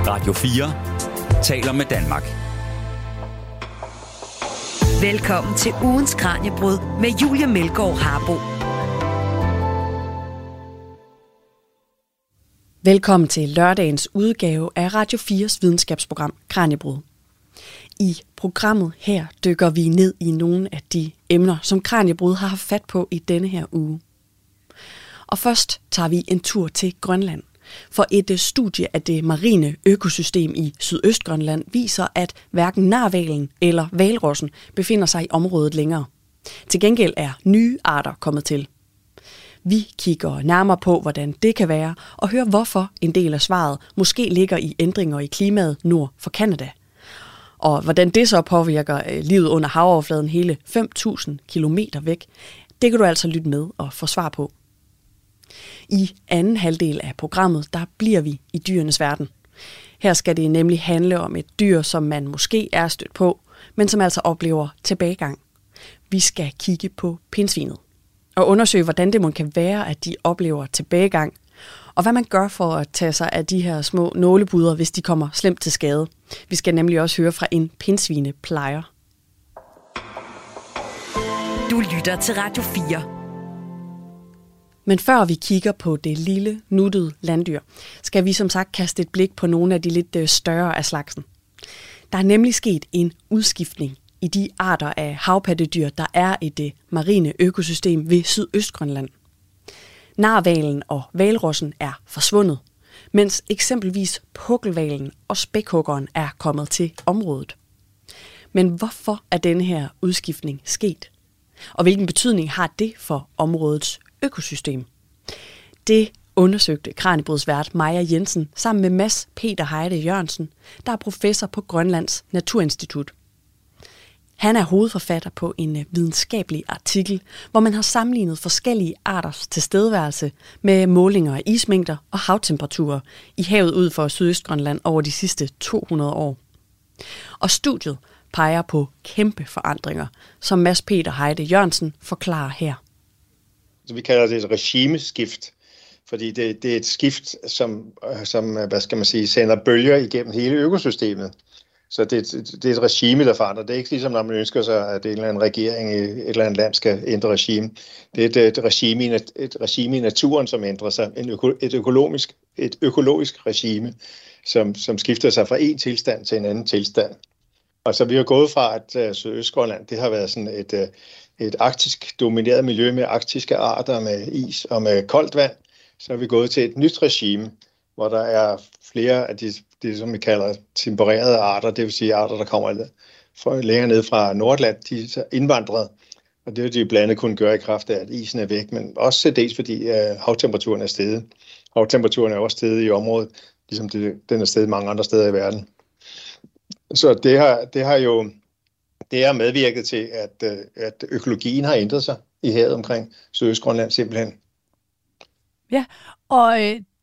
Radio 4 taler med Danmark. Velkommen til ugens Kraniebrud med Julie Melgaard Harbo. Velkommen til lørdagens udgave af Radio 4's videnskabsprogram Kraniebrud. I programmet her dykker vi ned i nogle af de emner, som Kraniebrud har haft fat på i denne her uge. Og først tager vi en tur til Grønland. For et studie af det marine økosystem i Sydøstgrønland viser, at hverken narhvalen eller hvalrossen befinder sig i området længere. Til gengæld er nye arter kommet til. Vi kigger nærmere på, hvordan det kan være, og hører hvorfor en del af svaret måske ligger i ændringer i klimaet nord for Canada. Og hvordan det så påvirker livet under havoverfladen hele 5.000 kilometer væk, det kan du altså lytte med og få svar på. I anden halvdel af programmet, der bliver vi i dyrenes verden. Her skal det nemlig handle om et dyr, som man måske er stødt på, men som altså oplever tilbagegang. Vi skal kigge på pindsvinet og undersøge, hvordan det må kan være, at de oplever tilbagegang, og hvad man gør for at tage sig af de her små nålepuder, hvis de kommer slemt til skade. Vi skal nemlig også høre fra en pindsvineplejer. Du lytter til Radio 4. Men før vi kigger på det lille, nuttede landdyr, skal vi som sagt kaste et blik på nogle af de lidt større af slagsen. Der er nemlig sket en udskiftning i de arter af havpattedyr, der er i det marine økosystem ved Sydøstgrønland. Narhvalen og hvalrossen er forsvundet, mens eksempelvis pukkelhvalen og spækhuggeren er kommet til området. Men hvorfor er denne her udskiftning sket? Og hvilken betydning har det for områdets økosystem? Det undersøgte Kranjebrudsvært Maja Jensen sammen med Mads Peter Heide Jørgensen, der er professor på Grønlands Naturinstitut. Han er hovedforfatter på en videnskabelig artikel, hvor man har sammenlignet forskellige arters tilstedeværelse med målinger af ismængder og havtemperaturer i havet ud for Sydøstgrønland over de sidste 200 år. Og studiet peger på kæmpe forandringer, som Mads Peter Heide Jørgensen forklarer her. Så vi kalder det et regimeskift, fordi det er et skift, som hvad skal man sige, sender bølger igennem hele økosystemet. Så det er et regime, der forandrer. Det er ikke ligesom, når man ønsker sig, at en eller anden regering i et eller andet land skal ændre regime. Det er et regime i naturen, som ændrer sig. Et økologisk regime, som skifter sig fra en tilstand til en anden tilstand. Og så vi har gået fra, at Sydøstgrønland, det har været sådan et arktisk domineret miljø med arktiske arter, med is og med koldt vand. Så er vi gået til et nyt regime, hvor der er flere af de som vi kalder tempererede arter, det vil sige arter, der kommer længere ned fra Nordatlanten, de er indvandret. Og det vil de blandt andet kunne gøre i kraft af, at isen er væk, men også til dels, fordi havtemperaturen er steget. Havtemperaturen er også steget i området, ligesom den er steget mange andre steder i verden. Så det har medvirket til, at økologien har ændret sig i havet omkring Sydøstgrønland simpelthen. Ja, og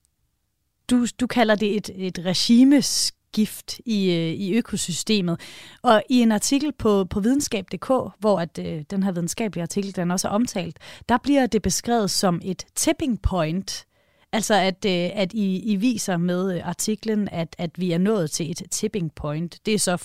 du kalder det et regimeskift i økosystemet. Og i en artikel på videnskab.dk, hvor den her videnskabelige artikel den også er omtalt, der bliver det beskrevet som et tipping point. Altså at I viser med artiklen, at vi er nået til et tipping point. Det er så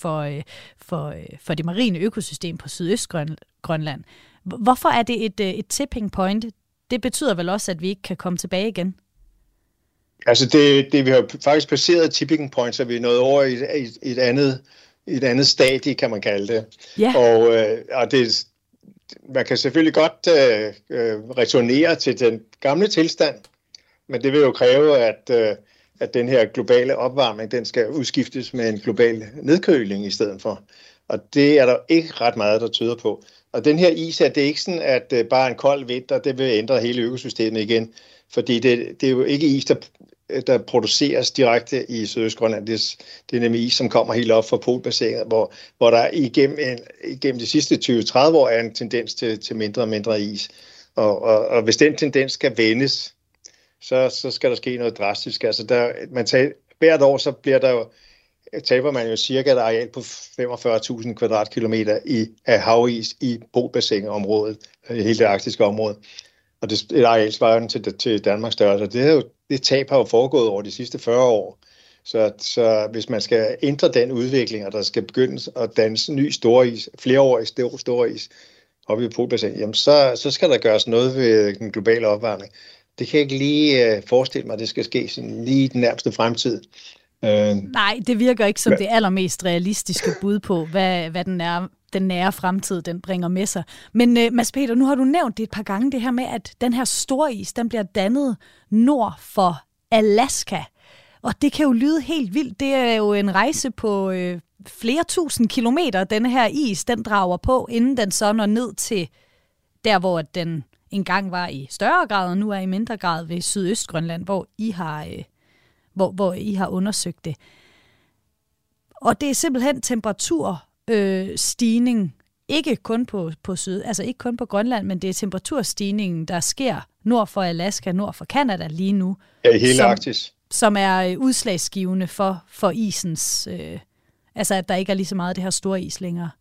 for det marine økosystem på Sydøstgrønland. Hvorfor er det et tipping point? Det betyder vel også, at vi ikke kan komme tilbage igen? Altså vi har faktisk passeret tipping point, så vi er nået over i et andet stadie, kan man kalde det. Ja. Og det, man kan selvfølgelig godt returnere til den gamle tilstand, men det vil jo kræve, at den her globale opvarmning, den skal udskiftes med en global nedkøling i stedet for. Og det er der ikke ret meget, der tyder på. Og den her is, det er ikke sådan, at bare en kold vinter, det vil ændre hele økosystemet igen. Fordi det er jo ikke is, der produceres direkte i Sydøstgrønland. Det er nemlig is, som kommer helt op fra polbassinet, hvor der igennem de sidste 20-30 år er en tendens til mindre og mindre is. Og hvis den tendens skal vendes, så skal der ske noget drastisk. Altså hvert år så taber man jo cirka et areal på 45.000 kvadratkilometer af havis i polbassinområdet, hele det arktiske område. Og et areal svarende til Danmarks størrelse. Det tab har jo foregået over de sidste 40 år. Så hvis man skal ændre den udvikling, og der skal begynde at danne ny storis, flereårig storis oppe i Polbassinet, jamen så skal der gøres noget ved den globale opvarmning. Det kan jeg ikke lige forestille mig, at det skal ske sådan lige i den nærmeste fremtid. Nej, det virker ikke som det allermest realistiske bud på, hvad den nære fremtid den bringer med sig. Men Mads Peter, nu har du nævnt det et par gange, det her med, at den her storis, den bliver dannet nord for Alaska. Og det kan jo lyde helt vildt. Det er jo en rejse på flere tusind kilometer, denne her is, den drager på, inden den så når ned til der, hvor den engang var i større grad, og nu er i mindre grad ved Sydøstgrønland, hvor I har undersøgt det. Og det er simpelthen temperaturstigning, ikke kun på syd, altså ikke kun på Grønland, men det er temperaturstigningen, der sker nord for Alaska, nord for Canada lige nu. Ja, i hele Arktis. Som er udslagsgivende for isens, altså at der ikke er lige så meget af det her store is længere.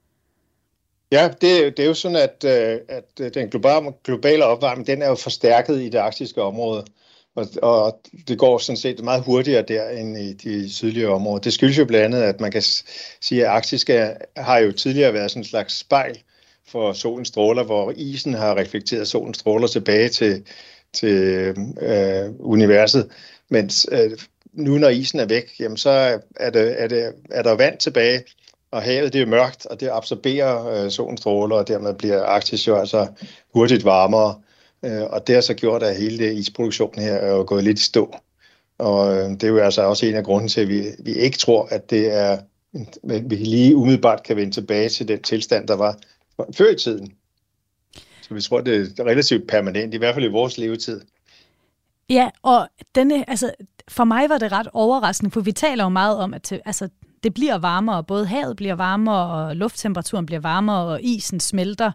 Ja, det er jo sådan, at den globale opvarmning, den er jo forstærket i det arktiske område, og det går sådan set meget hurtigere der end i de sydlige områder. Det skyldes jo blandt andet, at man kan sige, at Arktiske har jo tidligere været sådan en slags spejl for solens stråler, hvor isen har reflekteret solens stråler tilbage til universet, mens nu når isen er væk, jamen så er der vand tilbage, og havet det er mørkt, og det absorberer solens stråler, og dermed bliver Arktis jo altså hurtigt varmere. Og det har så gjort, at hele isproduktionen her er jo gået lidt i stå. Og det er jo altså også en af grunden til, at vi ikke tror, at det er, vi lige umiddelbart kan vende tilbage til den tilstand, der var før i tiden. Så vi tror, det er relativt permanent, i hvert fald i vores levetid. Ja, og for mig var det ret overraskende, for vi taler jo meget om, at det bliver varmere, både havet bliver varmere, og lufttemperaturen bliver varmere, og isen smelter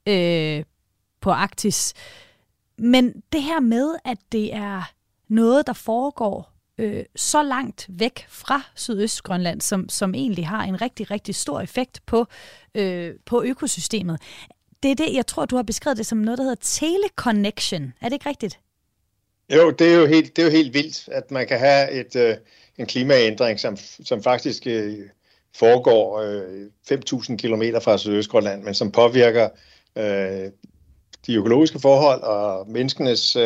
på Arktis. Men det her med, at det er noget, der foregår så langt væk fra Sydøstgrønland, som egentlig har en rigtig, rigtig stor effekt på økosystemet. Det er det, jeg tror, du har beskrevet det som noget, der hedder teleconnection. Er det ikke rigtigt? Jo, det er jo helt vildt, at man kan have en klimaændring, som faktisk foregår 5.000 kilometer fra Sydøstgrønland, men som påvirker de økologiske forhold og menneskenes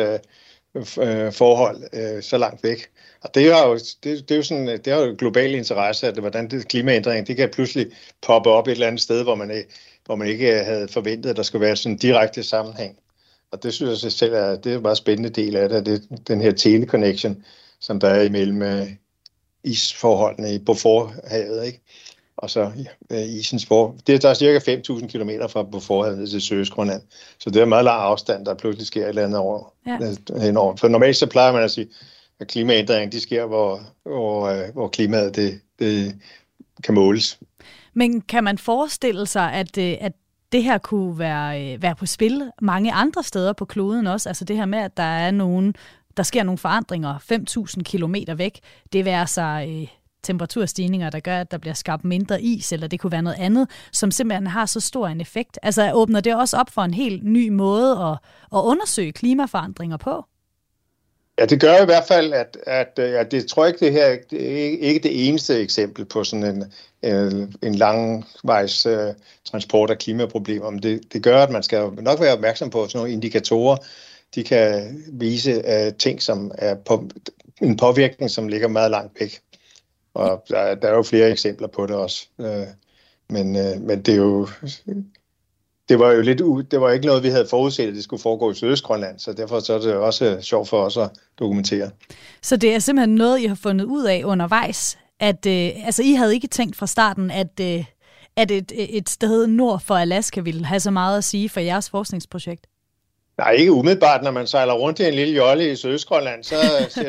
forhold så langt væk. Og det er jo global interesse, at hvordan det klimaændring, det kan pludselig poppe op et eller andet sted, hvor man ikke havde forventet, at der skulle være sådan en direkte sammenhæng. Og det synes jeg selv det er en meget spændende del af det, den her teleconnection, som der er imellem isforholdene på forhavet, ikke? Og så isens der er cirka 5.000 kilometer fra Beauforthavet til Sydøstgrønland. Så det er en meget lang afstand, der pludselig sker et eller andet henover. For normalt så plejer man at sige, at klimaændringen, de sker, hvor klimaet det kan måles. Men kan man forestille sig, at det her kunne være på spil mange andre steder på kloden også? Altså det her med, at der sker nogle forandringer 5.000 kilometer væk, det vil sig temperaturstigninger, der gør, at der bliver skabt mindre is, eller det kunne være noget andet, som simpelthen har så stor en effekt. Altså åbner det også op for en helt ny måde at undersøge klimaforandringer på? Ja, det gør i hvert fald, at det tror jeg ikke, det her det er ikke det eneste eksempel på sådan en langvejs transport af klimaproblemer. Men det gør, at man skal nok være opmærksom på sådan nogle indikatorer. De kan vise ting, som er en påvirkning, som ligger meget langt væk. Og der er jo flere eksempler på det også. Men det er jo... Det var ikke noget, vi havde forudset, at det skulle foregå i Sydøstgrønland, så derfor så er det også sjovt for os at dokumentere. Så det er simpelthen noget, I har fundet ud af undervejs, at I havde ikke tænkt fra starten, at et sted nord for Alaska ville have så meget at sige for jeres forskningsprojekt? Nej, ikke umiddelbart. Når man sejler rundt i en lille jolle i Sydøstgrønland, så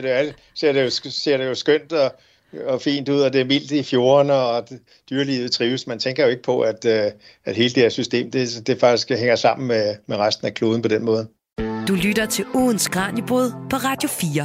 ser det jo skønt og fint ud, og det er mildt i fjordene, og dyrelivet trives. Man tænker jo ikke på, at hele det her system, det faktisk hænger sammen med resten af kloden på den måde. Du lytter til ugens Kraniebrud på Radio 4.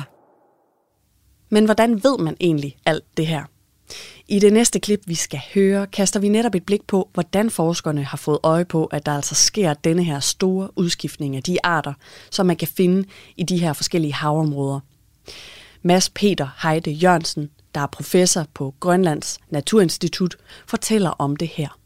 Men hvordan ved man egentlig alt det her? I det næste klip, vi skal høre, kaster vi netop et blik på, hvordan forskerne har fået øje på, at der altså sker denne her store udskiftning af de arter, som man kan finde i de her forskellige havområder. Mads Peter Heide Jørgensen, der er professor på Grønlands Naturinstitut, fortæller om det her.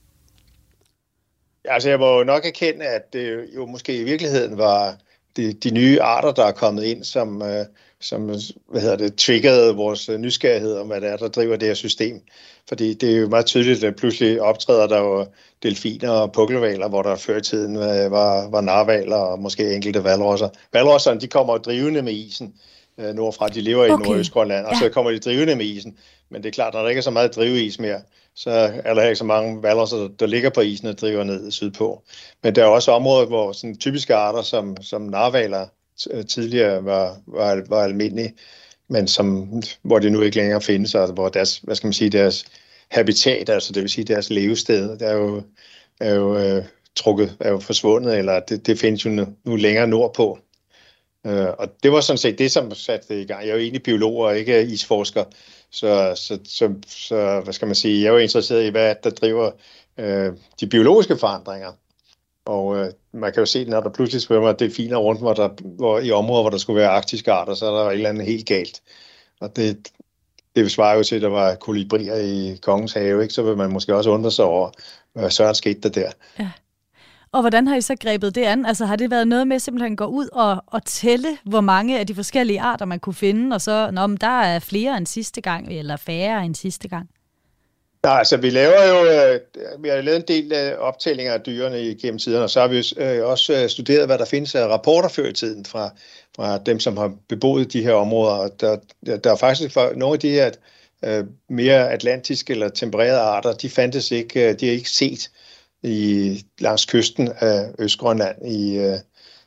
Altså, jeg må jo nok erkende, at det jo måske i virkeligheden var de nye arter, der er kommet ind, som triggerede vores nysgerrighed om, hvad det er, der driver det her system. Fordi det er jo meget tydeligt, at pludselig optræder der jo delfiner og pukkelhvaler, hvor der før i tiden var narhvaler og måske enkelte hvalrosser. Hvalrosserne, de kommer drivende med isen nordfra. De lever i Nordøstgrønland, og så kommer de drivende med isen. Men det er klart, når der ikke er så meget driveis mere, så er der ikke så mange hvalrosser, der ligger på isen og driver ned sydpå. Men der er også områder, hvor sådan typiske arter som narhvaler tidligere var almindelige, men hvor de nu ikke længere findes, og hvor deres, deres habitat, altså det vil sige deres levested, der er jo forsvundet, eller det findes jo nu længere nordpå. Og det var sådan set det, som satte det i gang. Jeg er jo egentlig biolog og ikke isforsker, så hvad skal man sige, jeg er jo interesseret i, hvad der driver de biologiske forandringer. Og man kan jo se, når der pludselig svømmer delfiner rundt, hvor i områder, hvor der skulle være arktiske arter, så er der et eller andet helt galt. Og det svarer jo til, at der var kolibrier i Kongens Have, ikke? Så vil man måske også undre sig over, hvad søren skete der. Ja. Og hvordan har I så grebet det an? Altså har det været noget med simpelthen at gå ud og tælle, hvor mange af de forskellige arter, man kunne finde, og så, der er flere end sidste gang, eller færre end sidste gang? Nej, altså vi har lavet en del optællinger af dyrene igennem tiderne, og så har vi også studeret, hvad der findes af rapporter før i tiden fra dem, som har beboet de her områder. Og der er faktisk nogle af de her mere atlantiske eller tempererede arter, de fandtes ikke, de er ikke set langs kysten af Østgrønland i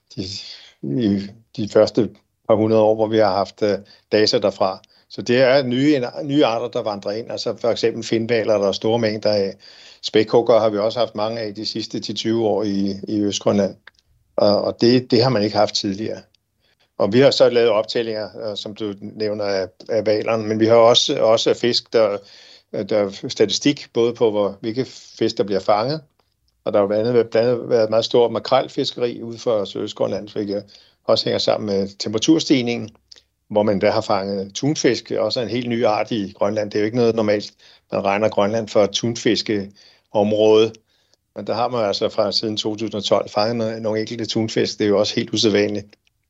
de første par hundrede år, hvor vi har haft data derfra. Så det er nye arter, der vandrer ind. Altså for eksempel finhvaler, der er store mængder af. Spækhugger har vi også haft mange af de sidste 10-20 år i Østgrønland. Og det har man ikke haft tidligere. Og vi har så lavet optællinger, som du nævner, af hvalerne. Men vi har også fisk, der er statistik både på, hvilke fisk, der bliver fanget. Og der har blandt andet været meget stor makrelfiskeri ude for Østgrønland, hvilket også hænger sammen med temperaturstigningen, hvor man der har fanget tunfisk, også en helt ny art i Grønland. Det er jo ikke noget normalt, man regner Grønland for et tunfiskeområde. Men der har man altså fra siden 2012 fanget nogle enkelte tunfisk. Det er jo også helt usædvanligt.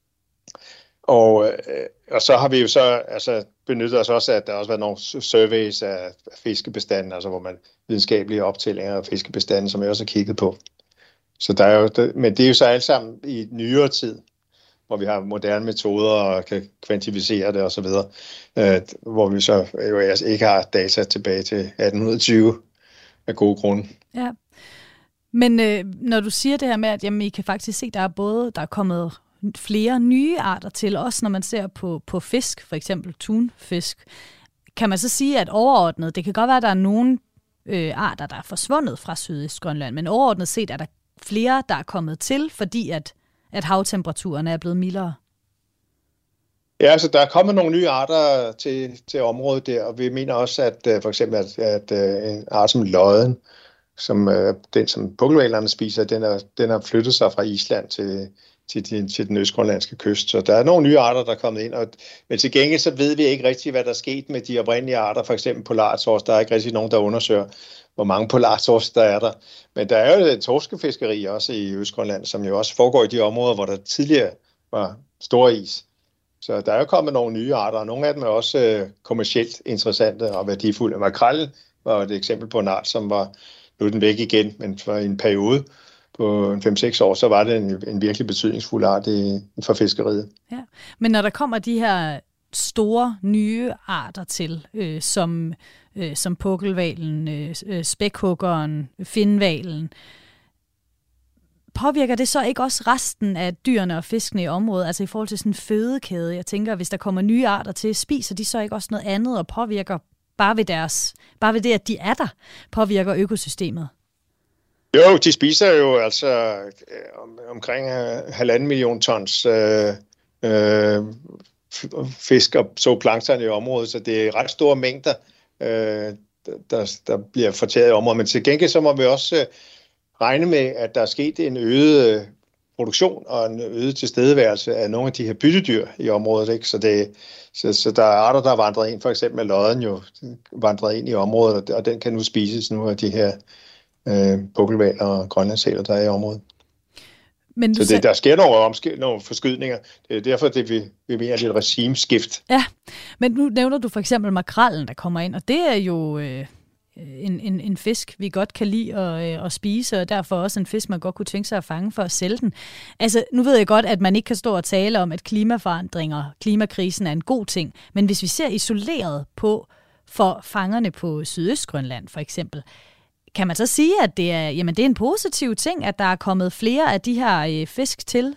Og så har vi jo så benyttet os også, at der også har været nogle surveys af fiskebestanden, altså hvor man videnskabelige optællinger af fiskebestanden, som jeg også har kigget på. Så der er jo, men det er jo så alt sammen i nyere tid, hvor vi har moderne metoder og kan kvantificere det osv., hvor vi så jo ikke har data tilbage til 1820 af gode grunde. Ja, men når du siger det her med, at jamen, I kan faktisk se, at der er kommet flere nye arter til, også når man ser på fisk, for eksempel tunfisk, kan man så sige, at overordnet, det kan godt være, at der er nogle arter, der er forsvundet fra Sydøstgrønland, men overordnet set er der flere, der er kommet til, fordi at havtemperaturen er blevet mildere? Ja, altså der er kommet nogle nye arter til området der, og vi mener også, at for eksempel at en art som lodden, som den som pukkelhvalerne spiser, den har flyttet sig fra Island til den østgrønlandske kyst. Så der er nogle nye arter, der er kommet ind. Men til gengæld så ved vi ikke rigtig, hvad der er sket med de oprindelige arter, for eksempel polartors. Der er ikke rigtig nogen, der undersøger, hvor mange polartors der er der. Men der er jo et torskefiskeri også i Østgrønland, som jo også foregår i de områder, hvor der tidligere var stor is. Så der er jo kommet nogle nye arter, og nogle af dem er også kommercielt interessante og værdifulde. Makrel var et eksempel på en art, som var nu er den væk igen, men for en periode på 5-6 år, så var det en virkelig betydningsfuld art for fiskeriet. Ja. Men når der kommer de her store nye arter til, som pukkelhvalen, spækhuggeren, finhvalen, påvirker det så ikke også resten af dyrene og fiskene i området, altså i forhold til sådan en fødekæde? Jeg tænker, hvis der kommer nye arter til, spiser de så ikke også noget andet og påvirker bare ved det, at de er der, påvirker økosystemet? Jo, de spiser jo altså omkring 1,5 million tons fisk og zooplankton i området, så det er ret store mængder, der bliver fortæret i området. Men til gengæld så må vi også regne med, at der er sket en øget produktion og en øget tilstedeværelse af nogle af de her byttedyr i området, ikke? Så der er arter, der er vandret ind, for eksempel lodden jo vandret ind i området, og den kan nu spises nu af de her pukkelhvaler og grønlandssæler, der er i området. Men så der sker nogle forskydninger. Det er derfor, vi mener, at det er et regimeskift. Ja, men nu nævner du for eksempel makrellen, der kommer ind, og det er jo en fisk, vi godt kan lide at spise, og derfor også en fisk, man godt kunne tænke sig at fange for at sælge den. Altså, nu ved jeg godt, at man ikke kan stå og tale om, at klimaforandringer, klimakrisen er en god ting, men hvis vi ser isoleret på for fangerne på Sydøstgrønland for eksempel, kan man så sige, at det er en positiv ting, at der er kommet flere af de her fisk til,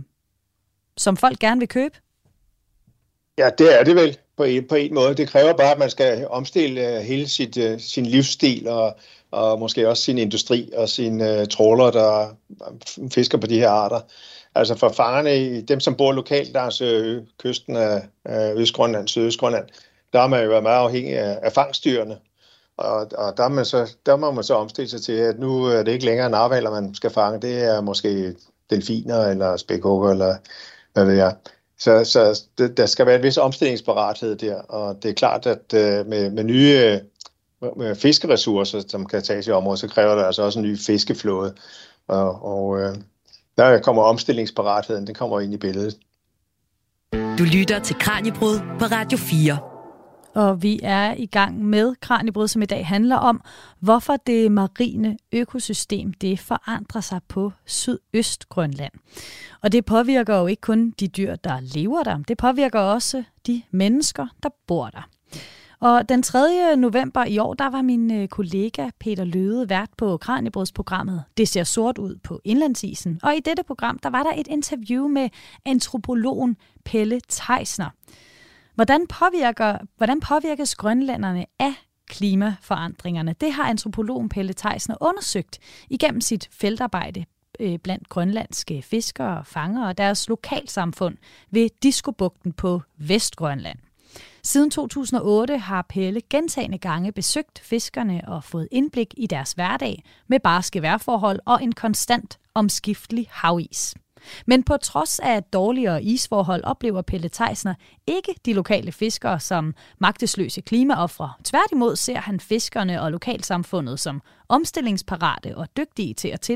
som folk gerne vil købe? Ja, det er det vel på en måde. Det kræver bare, at man skal omstille hele sin livsstil og måske også sin industri og sine trålere, der fisker på de her arter. Altså for fangerne, dem som bor lokalt langs kysten af Østgrønland, Sydøstgrønland, der har man jo været meget afhængig af fangstdyrene. Og der må man så omstille sig til, at nu er det ikke længere narhvaler, man skal fange. Det er måske delfiner eller spækhugger eller hvad ved jeg. Så der skal være en vis omstillingsparathed der. Og det er klart, at med nye fiskeressourcer, som kan tages i området, så kræver der altså også en ny fiskeflåde. Og der kommer omstillingsparatheden, den kommer ind i billedet. Du lytter til Kraniebrud på Radio 4. Og vi er i gang med Kraniebrud, som i dag handler om, hvorfor det marine økosystem det forandrer sig på Sydøstgrønland. Og det påvirker jo ikke kun de dyr, der lever der, det påvirker også de mennesker, der bor der. Og den 3. november i år, der var min kollega Peter Løde vært på Kranjebrudsprogrammet Det ser sort ud på indlandsisen. Og i dette program, der var der et interview med antropologen Pelle Teisner. Hvordan påvirkes grønlænderne af klimaforandringerne? Det har antropologen Pelle Teisner undersøgt igennem sit feltarbejde blandt grønlandske fiskere og fangere og deres lokalsamfund ved Diskobugten på Vestgrønland. Siden 2008 har Pelle gentagne gange besøgt fiskerne og fået indblik i deres hverdag med barske vejrforhold og en konstant omskiftelig havis. Men på trods af dårligere isforhold oplever Pelle Teisner ikke de lokale fiskere som magtesløse klimaofre. Tværtimod ser han fiskerne og lokalsamfundet som omstillingsparate og dygtige til at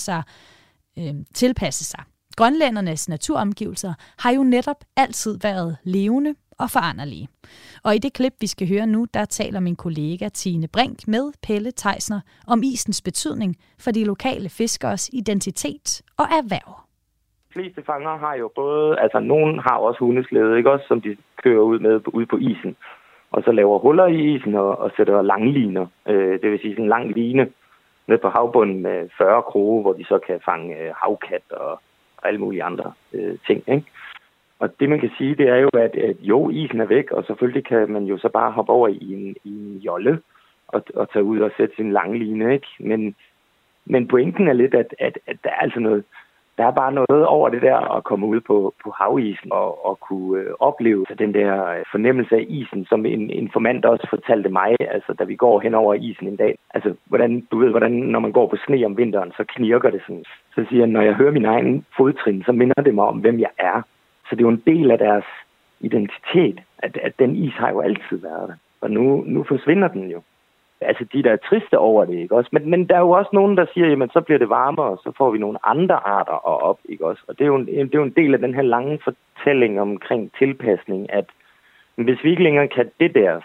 tilpasse sig. Grønlændernes naturomgivelser har jo netop altid været levende og foranderlige. Og i det klip, vi skal høre nu, der taler min kollega Tine Brink med Pelle Teisner om isens betydning for de lokale fiskeres identitet og erhverv. De fleste fanger har jo både, altså nogen har også hundeslæde, ikke også, som de kører ud på isen, og så laver huller i isen og sætter langliner, det vil sige sådan en lang line ned på havbunden med 40 kroge, hvor de så kan fange havkat og alle mulige andre ting, ikke? Og det man kan sige, det er jo, at jo, isen er væk, og selvfølgelig kan man jo så bare hoppe over i en jolle og tage ud og sætte sin langline, ikke? Men pointen er lidt, at der er altså noget, der er bare noget over det der at komme ud på havisen og kunne opleve den der fornemmelse af isen, som en informant også fortalte mig, altså da vi går hen over isen en dag. Altså hvordan når man går på sne om vinteren, så knirker det sådan. Så siger jeg, når jeg hører min egen fodtrin, så minder det mig om, hvem jeg er. Så det er jo en del af deres identitet, at den is har jo altid været der. Og nu forsvinder den jo. Altså de der er triste over det, ikke også? Men der er jo også nogen, der siger, jamen så bliver det varmere, og så får vi nogle andre arter op, ikke også? Og det er jo en del af den her lange fortælling omkring tilpasning, at hvis vi ikke længere kan det der,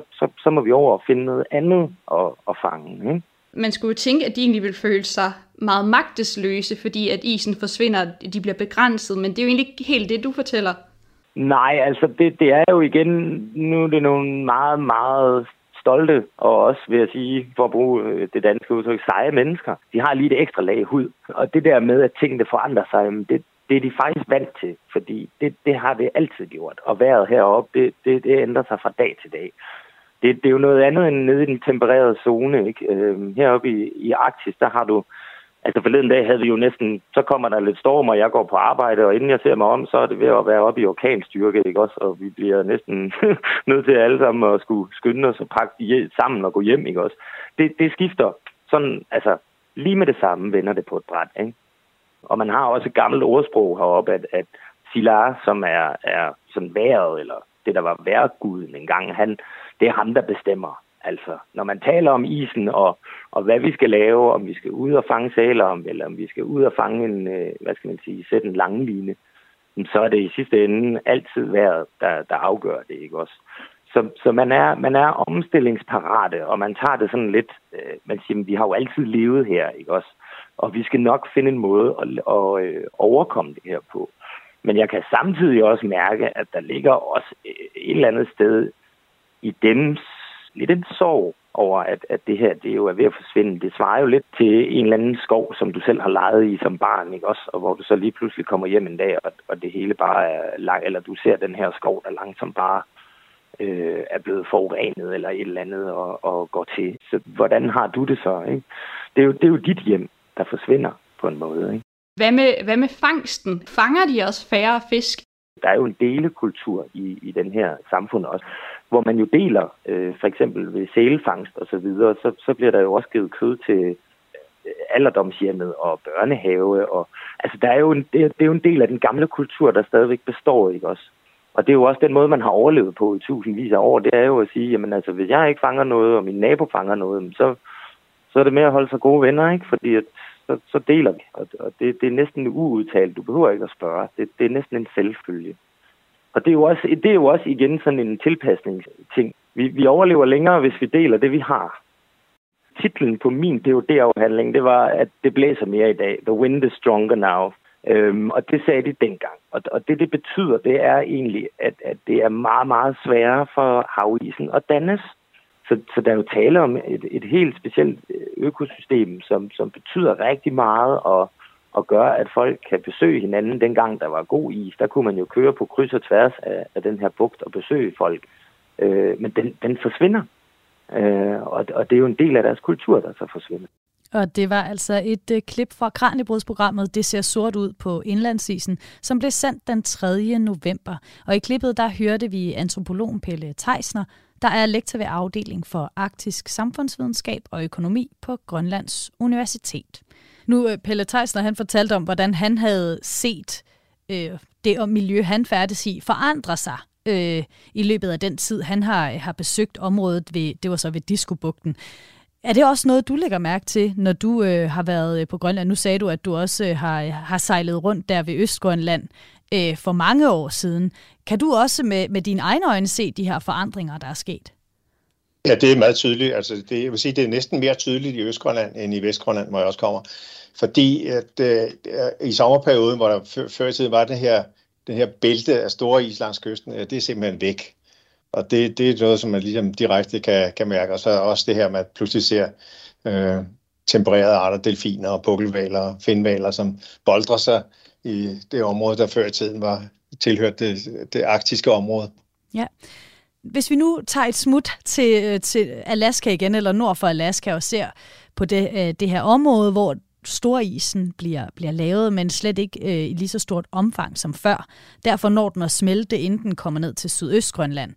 så må vi over og finde noget andet at fange, ikke? Man skulle jo tænke, at de egentlig vil føle sig meget magtesløse, fordi at isen forsvinder, de bliver begrænset, men det er jo egentlig ikke helt det, du fortæller. Nej, altså det er jo igen, nu er det nogle meget, meget stolte, og også vil jeg sige, for at bruge det danske udtryk, seje mennesker. De har lige det ekstra lag hud. Og det der med, at tingene forandrer sig, det er de faktisk vant til, fordi det har det altid gjort. Og vejret heroppe, det ændrer sig fra dag til dag. Det er jo noget andet end nede i den tempererede zone, ikke? Heroppe i Arktis, der har du, altså forleden dag havde vi jo næsten, så kommer der lidt storm, og jeg går på arbejde, og inden jeg ser mig om, så er det ved at være oppe i orkanstyrke, ikke også? Og vi bliver næsten nødt til alle sammen at skulle skynde os og pakke sammen og gå hjem, ikke også? Det skifter sådan, altså lige med det samme vender det på et bræt, ikke? Og man har også et gammelt ordsprog heroppe, at Silar, som er sådan vejret, eller det, der var vejrguden engang, det er ham, der bestemmer. Altså, når man taler om isen og hvad vi skal lave, om vi skal ud og fange sæler, eller om vi skal ud og fange sætte en langline, så er det i sidste ende altid vejret, der afgør det, ikke også? Så man er omstillingsparate, og man tager det sådan lidt, man siger, vi har jo altid levet her, ikke også? Og vi skal nok finde en måde at overkomme det her på. Men jeg kan samtidig også mærke, at der ligger også et eller andet sted i dem lidt en sorg over, at det her, det jo er ved at forsvinde. Det svarer jo lidt til en eller anden skov, som du selv har leget i som barn, ikke også? Og hvor du så lige pludselig kommer hjem en dag, og det hele bare er langt, eller du ser den her skov, der langsomt bare er blevet forurenet eller et eller andet og går til. Så hvordan har du det så, ikke? Det er jo dit hjem, der forsvinder på en måde, ikke? Hvad med fangsten? Fanger de også færre fisk? Der er jo en delekultur i den her samfund også, hvor man jo deler, for eksempel ved sælfangst og så videre, så bliver der jo også givet kød til alderdomshjemmet og børnehave. Og, altså, det er jo en del af den gamle kultur, der stadigvæk består, ikke også? Og det er jo også den måde, man har overlevet på i tusindvis af år. Det er jo at sige, jamen altså, hvis jeg ikke fanger noget, og min nabo fanger noget, så er det med at holde sig gode venner, ikke? Fordi så deler vi, og det er næsten uudtalt. Du behøver ikke at spørge. Det er næsten en selvfølge. Og det er jo også igen sådan en tilpasningsting. Vi overlever længere, hvis vi deler det, vi har. Titlen på min PhD-afhandling, det var, at det blæser mere i dag. The wind is stronger now. Og det sagde de dengang. Og det betyder, det er egentlig, at det er meget, meget sværere for havisen at dannes. Så der er jo tale om et helt specielt økosystem, som betyder rigtig meget og gør, at folk kan besøge hinanden. Dengang der var god is, der kunne man jo køre på kryds og tværs af den her bugt og besøge folk. Men den forsvinder. Og det er jo en del af deres kultur, der så forsvinder. Og det var altså et klip fra Kranjebrudsprogrammet Det ser sort ud på indlandsisen, som blev sendt den 3. november. Og i klippet der hørte vi antropologen Pelle Theisner, der er lektor ved afdeling for arktisk samfundsvidenskab og økonomi på Grønlands Universitet. Nu Pelle Theisner, han fortalte om, hvordan han havde set det miljø, han færdes i, forandre sig i løbet af den tid, han har besøgt området det var så ved Diskobugten. Er det også noget, du lægger mærke til, når du har været på Grønland? Nu sagde du, at du også har sejlet rundt der ved Østgrønland for mange år siden. Kan du også med dine egne øjne se de her forandringer, der er sket? Ja, det er meget tydeligt. Altså, jeg vil sige, det er næsten mere tydeligt i Østgrønland end i Vestgrønland, hvor jeg også kommer. Fordi at, i sommerperioden, hvor der før i tiden var den her bælte af store is langs kysten, det er simpelthen væk. Og det er noget, som man ligesom direkte kan mærke. Og så også det her med, at pludselig ser tempererede arter, delfiner og pukkelhvaler og finhvaler, som boldrer sig i det område, der før i tiden var tilhørt det arktiske område. Ja. Hvis vi nu tager et smut til Alaska igen, eller nord for Alaska, og ser på det her område, hvor storisen bliver lavet, men slet ikke i lige så stort omfang som før. Derfor når den at smelte, inden den kommer ned til Sydøstgrønland.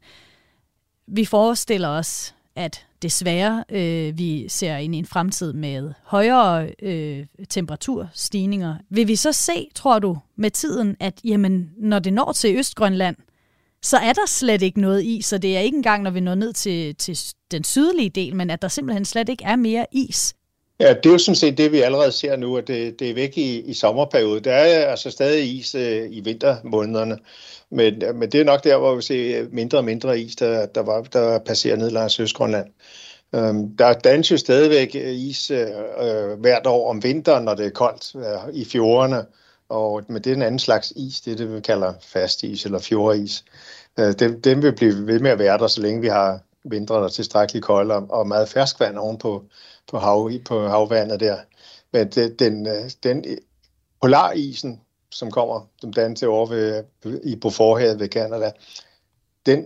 Vi forestiller os, at desværre vi ser ind i en fremtid med højere temperaturstigninger. Vil vi så se, tror du, med tiden, at jamen, når det når til Østgrønland, så er der slet ikke noget is, så det er ikke engang, når vi når ned til den sydlige del, men at der simpelthen slet ikke er mere is? Ja, det er jo sådan set det, vi allerede ser nu, at det er væk i sommerperioden. Der er altså stadig is i vintermånederne, men det er nok der, hvor vi ser mindre og mindre is, der passerer ned langs Østgrønland. Der dannes jo stadigvæk is hvert år om vinteren, når det er koldt i fjorderne, men det er en anden slags is, det vi kalder fastis eller fjordis. Den vil blive ved med at være der, så længe vi har vintre, der er tilstrækkeligt kolde og meget ferskvand ovenpå på havvandet der. Men den polarisen, som kommer, som dannes over i Beauforthavet ved Canada, den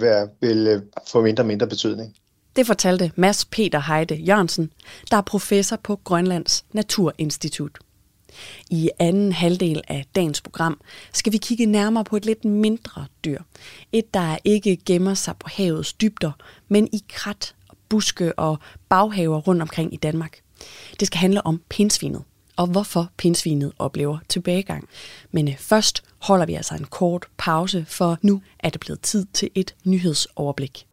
vil få mindre og mindre betydning. Det fortalte Mads Peter Heide Jørgensen, der er professor på Grønlands Naturinstitut. I anden halvdel af dagens program skal vi kigge nærmere på et lidt mindre dyr. Et, der ikke gemmer sig på havets dybder, men i krat, buske og baghaver rundt omkring i Danmark. Det skal handle om pindsvinet. og hvorfor pindsvinet oplever tilbagegang. Men først holder vi altså en kort pause, for nu er det blevet tid til et nyhedsoverblik.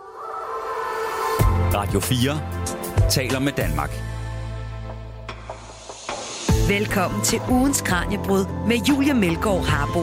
Radio 4 taler med Danmark. Velkommen til ugens Kraniebrud med Julie Melgaard Harbo.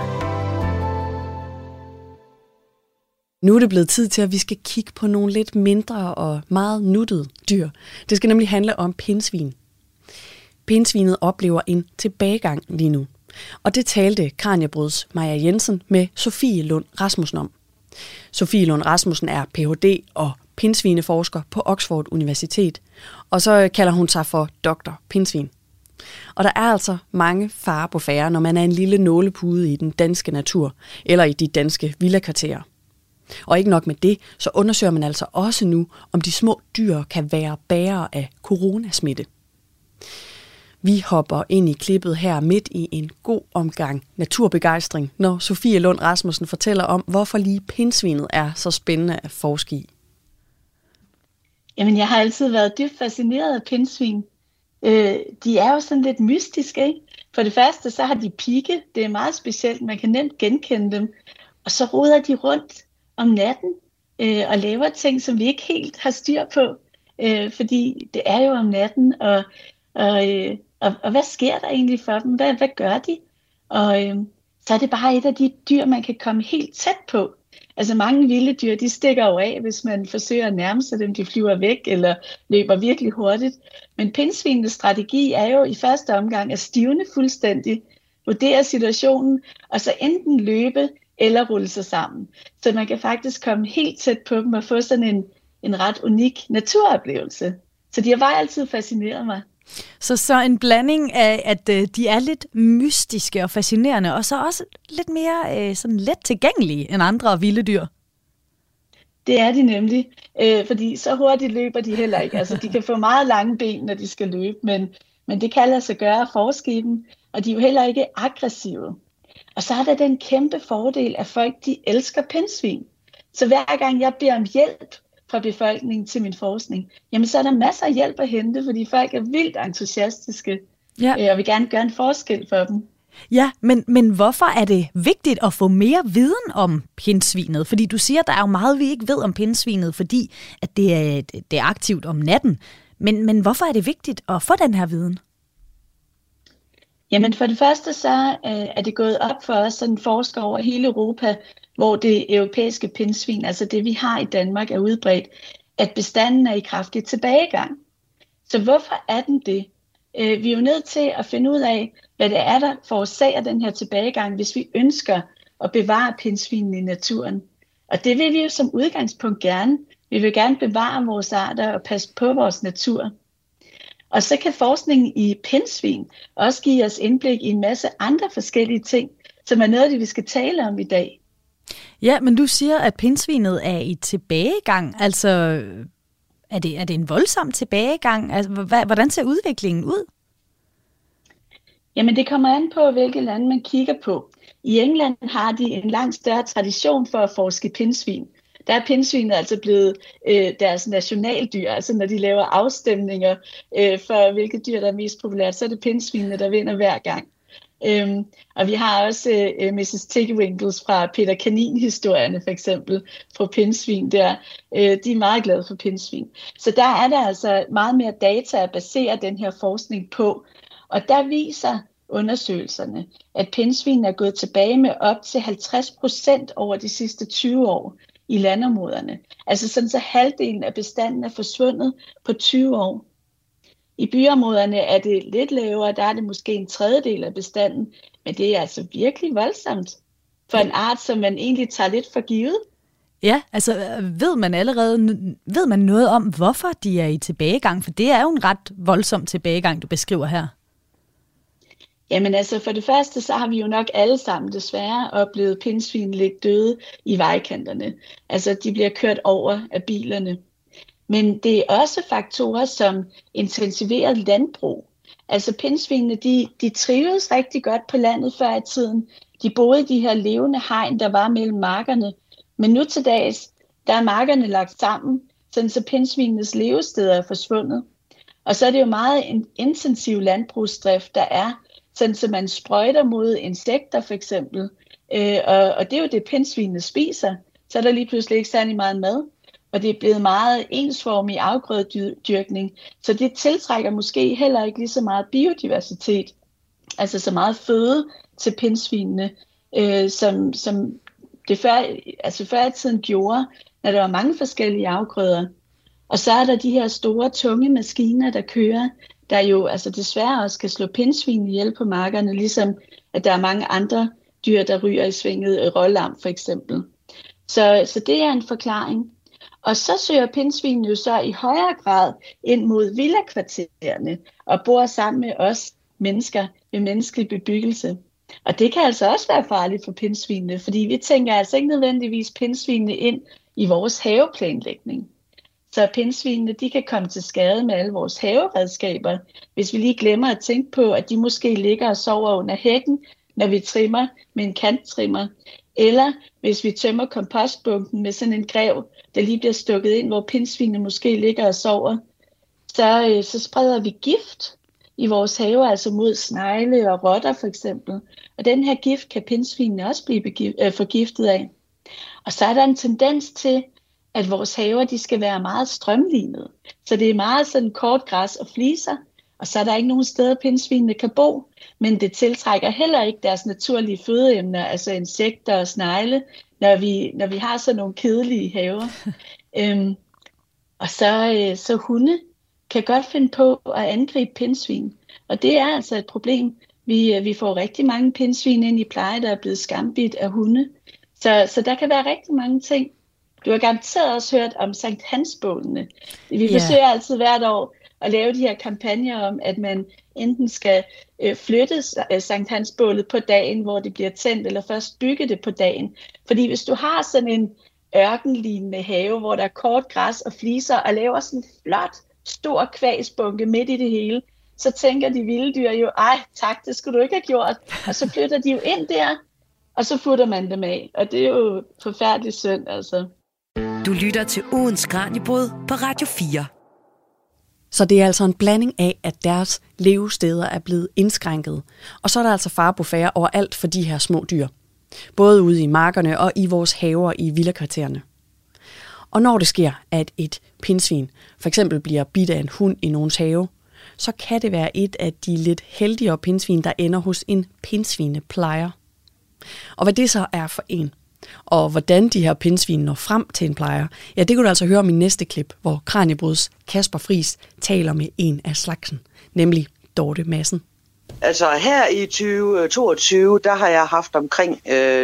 Nu er det blevet tid til, at vi skal kigge på nogle lidt mindre og meget nuttede dyr. Det skal nemlig handle om pindsvin. Pindsvinet oplever en tilbagegang lige nu. Og det talte Kraniebruds Maja Jensen med Sofie Lund Rasmussen om. Sofie Lund Rasmussen er Ph.D. og pindsvineforsker på Oxford Universitet. Og så kalder hun sig for Dr. Pindsvin. Og der er altså mange farer på færde, når man er en lille nålepude i den danske natur eller i de danske villakvarterer. Og ikke nok med det, så undersøger man altså også nu, om de små dyr kan være bærere af coronasmitte. Vi hopper ind i klippet her midt i en god omgang naturbegejstring, når Sofie Lund Rasmussen fortæller om, hvorfor lige pindsvinet er så spændende at forske i. Jamen, jeg har altid været dybt fascineret af pindsvin. De er jo sådan lidt mystiske, ikke? For det første, så har de pigge. Det er meget specielt. Man kan nemt genkende dem. Og så roder de rundt om natten og laver ting, som vi ikke helt har styr på. Fordi det er jo om natten, og hvad sker der egentlig for dem? Hvad gør de? Og så er det bare et af de dyr, man kan komme helt tæt på. Altså mange vilde dyr, de stikker jo af, hvis man forsøger at nærme sig dem. De flyver væk eller løber virkelig hurtigt. Men pindsvinenes strategi er jo i første omgang at stivne fuldstændig, vurdere situationen, og så enten løbe eller rulle sig sammen. Så man kan faktisk komme helt tæt på dem og få sådan en ret unik naturoplevelse. Så de har bare altid fascineret mig. Så en blanding af, at de er lidt mystiske og fascinerende, og så også lidt mere sådan let tilgængelige end andre vilde dyr. Det er de nemlig, fordi så hurtigt løber de heller ikke. Altså, de kan få meget lange ben, når de skal løbe, men det kan lade sig gøre at forske i dem, og de er jo heller ikke aggressive. Og så er der den kæmpe fordel, at folk de elsker pindsvin. Så hver gang jeg beder om hjælp fra befolkningen til min forskning, jamen så er der masser af hjælp at hente, fordi folk er vildt entusiastiske, og vil gerne gøre en forskel for dem. Ja, men hvorfor er det vigtigt at få mere viden om pindsvinet? Fordi du siger, at der er jo meget, vi ikke ved om pindsvinet, fordi at det er aktivt om natten. Men hvorfor er det vigtigt at få den her viden? Jamen for det første så er det gået op for os, sådan forskere over hele Europa, hvor det europæiske pindsvin, altså det vi har i Danmark, er udbredt, at bestanden er i kraftig tilbagegang. Så hvorfor er den det? Vi er jo nødt til at finde ud af, hvad det er, der forårsager den her tilbagegang, hvis vi ønsker at bevare pindsvinen i naturen. Og det vil vi jo som udgangspunkt gerne. Vi vil gerne bevare vores arter og passe på vores natur. Og så kan forskningen i pindsvin også give os indblik i en masse andre forskellige ting, som er noget af det, vi skal tale om i dag. Ja, men du siger, at pindsvinet er i tilbagegang. Altså, er det en voldsom tilbagegang? Altså, hvordan ser udviklingen ud? Jamen, det kommer an på, hvilke lande man kigger på. I England har de en langt større tradition for at forske pindsvin. Der er pindsvinet altså blevet deres nationaldyr. Altså, når de laver afstemninger for, hvilke dyr, der er mest populært, så er det pindsvinene, der vinder hver gang. Og vi har også Mrs. Tiggerwinkles fra Peter Kanin-historierne for eksempel på pindsvin der. De er meget glade for pindsvin. Så der er der altså meget mere data at basere den her forskning på. Og der viser undersøgelserne, at pindsvin er gået tilbage med op til 50% over de sidste 20 år i landområderne. Altså sådan så halvdelen af bestanden er forsvundet på 20 år. I byområderne er det lidt lavere, der er det måske en tredjedel af bestanden, men det er altså virkelig voldsomt for en art, som man egentlig tager lidt for givet. Ja, altså ved man noget om, hvorfor de er i tilbagegang? For det er jo en ret voldsom tilbagegang, du beskriver her. Jamen altså for det første, så har vi jo nok alle sammen desværre oplevet pindsvin ligge døde i vejkanterne. Altså de bliver kørt over af bilerne. Men det er også faktorer som intensiveret landbrug. Altså pindsvinene, de trivedes rigtig godt på landet før i tiden. De boede i de her levende hegn, der var mellem markerne. Men nu til dags, der er markerne lagt sammen, sådan så pindsvinenes levesteder er forsvundet. Og så er det jo meget en intensiv landbrugsdrift, der er, sådan så man sprøjter mod insekter for eksempel. Og det er jo det, pindsvinene spiser. Så er der lige pludselig ikke særlig meget mad. Og det er blevet meget ensformig afgrødedyrkning. Så det tiltrækker måske heller ikke lige så meget biodiversitet. Altså så meget føde til pindsvinene, som det før i tiden gjorde, når der var mange forskellige afgrøder. Og så er der de her store, tunge maskiner, der kører, der jo altså desværre også kan slå pindsvin ihjel på markerne, ligesom at der er mange andre dyr, der ryger i svinget, rålam for eksempel. Så det er en forklaring. Og så søger pindsvinen jo så i højere grad ind mod villakvartererne og bor sammen med os mennesker ved menneskelig bebyggelse. Og det kan altså også være farligt for pindsvinene, fordi vi tænker altså ikke nødvendigvis pindsvinene ind i vores haveplanlægning. Så pindsvinene, de kan komme til skade med alle vores haveredskaber, hvis vi lige glemmer at tænke på, at de måske ligger og sover under hækken, når vi trimmer med en kanttrimmer. Eller hvis vi tømmer kompostbunken med sådan en grev, der lige bliver stukket ind, hvor pindsvinene måske ligger og sover, så spreder vi gift i vores have, altså mod snegle og rotter for eksempel. Og den her gift kan pindsvinene også blive forgiftet af. Og så er der en tendens til, at vores haver, de skal være meget strømlignede. Så det er meget sådan kort græs og fliser, og så er der ikke nogen steder, pindsvinene kan bo, men det tiltrækker heller ikke deres naturlige fødeemner, altså insekter og snegle, når vi har sådan nogle kedelige haver. Og så hunde kan godt finde på at angribe pindsvin, og det er altså et problem. Vi får rigtig mange pindsvin ind i pleje, der er blevet skambidt af hunde. Så der kan være rigtig mange ting. Du har garanteret også hørt om Sankt Hans-bålene. Vi forsøger altid hvert år at lave de her kampagner om, at man enten skal flytte Sankt Hans-bålet på dagen, hvor det bliver tændt, eller først bygge det på dagen. Fordi hvis du har sådan en ørkenlignende have, hvor der er kort græs og fliser, og laver sådan en flot, stor kvægsbunke midt i det hele, så tænker de vilde dyr jo, ej tak, det skulle du ikke have gjort. Og så flytter de jo ind der, og så futter man dem af. Og det er jo forfærdeligt synd, altså. Du lytter til ugens Kraniebrud på Radio 4. Så det er altså en blanding af, at deres levesteder er blevet indskrænket. Og så er der altså fare på færre overalt for de her små dyr. Både ude i markerne og i vores haver i villakvartererne. Og når det sker, at et pindsvin for eksempel bliver bidt af en hund i nogens have, så kan det være et af de lidt heldigere pindsvin, der ender hos en pindsvineplejer. Og hvad det så er for en, og hvordan de her pindsvin når frem til en plejer, ja, det kan du altså høre om i næste klip, hvor Kranjebruds Kasper Friis taler med en af slagsen, nemlig Dorte Madsen. Altså her i 2022, der har jeg haft omkring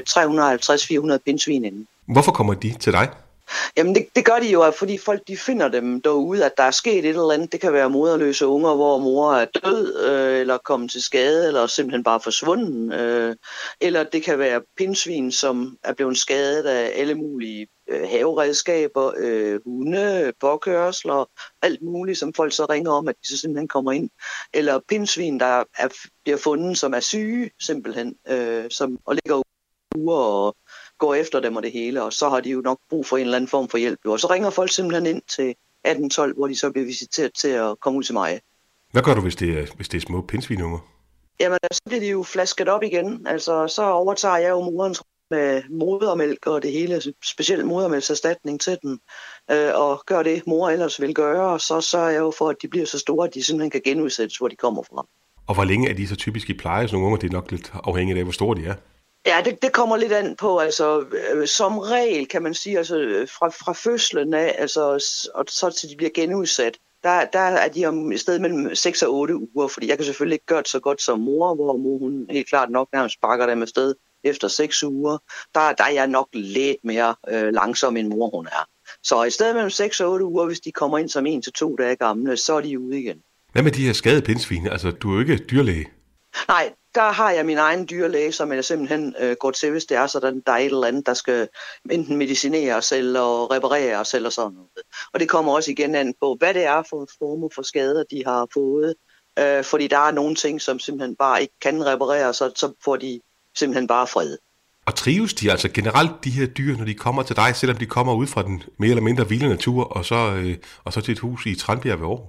350-400 pindsvin inde. Hvorfor kommer de til dig? Jamen det gør de jo, fordi folk de finder dem derude, at der er sket et eller andet. Det kan være moderløse unger, hvor mor er død, eller kommet til skade, eller simpelthen bare forsvunden. Eller det kan være pindsvin, som er blevet skadet af alle mulige haveredskaber, hunde, påkørsler, alt muligt, som folk så ringer om, at de så simpelthen kommer ind. Eller pindsvin, der bliver fundet, som er syge, simpelthen, og ligger uger og går efter dem og det hele, og så har de jo nok brug for en eller anden form for hjælp. Og så ringer folk simpelthen ind til 1812, hvor de så bliver visiteret til at komme ud til mig. Hvad gør du, hvis det er små pindsvinunger? Jamen, så bliver de jo flasket op igen. Altså, så overtager jeg jo morens med modermælk og det hele, specielt modermælkserstatning til dem, og gør det, mor ellers vil gøre, og så sørger jeg jo for, at de bliver så store, at de simpelthen kan genudsættes, hvor de kommer fra. Og hvor længe er de så typisk i pleje? Så nogle unger, det er nok lidt afhængigt af, hvor store de er. Ja, det kommer lidt an på, altså som regel kan man sige, altså fra fødslen af, altså og så til de bliver genudsat, der er de om et sted mellem 6 og 8 uger, fordi jeg kan selvfølgelig ikke gøre det så godt som mor, hvor mor hun helt klart nok nærmest pakker dem afsted efter 6 uger. Der er jeg nok lidt mere langsom end mor hun er. Så i stedet mellem 6 og 8 uger, hvis de kommer ind som 1 til 2 dage gamle, så er de ude igen. Hvad med de her skadede pindsvin? Altså, du er jo ikke dyrlæge. Nej, der har jeg min egen dyrlæge, som jeg simpelthen går til, hvis det er sådan, der er et eller andet, der skal enten medicineres eller repareres eller sådan noget. Og det kommer også igen an på, hvad det er for former for skader, de har fået. Fordi der er nogle ting, som simpelthen bare ikke kan repareres, så får de simpelthen bare fred. Og trives de altså generelt, de her dyr, når de kommer til dig, selvom de kommer ud fra den mere eller mindre vilde natur, og så til et hus i Tranbjerg ved Aarhus?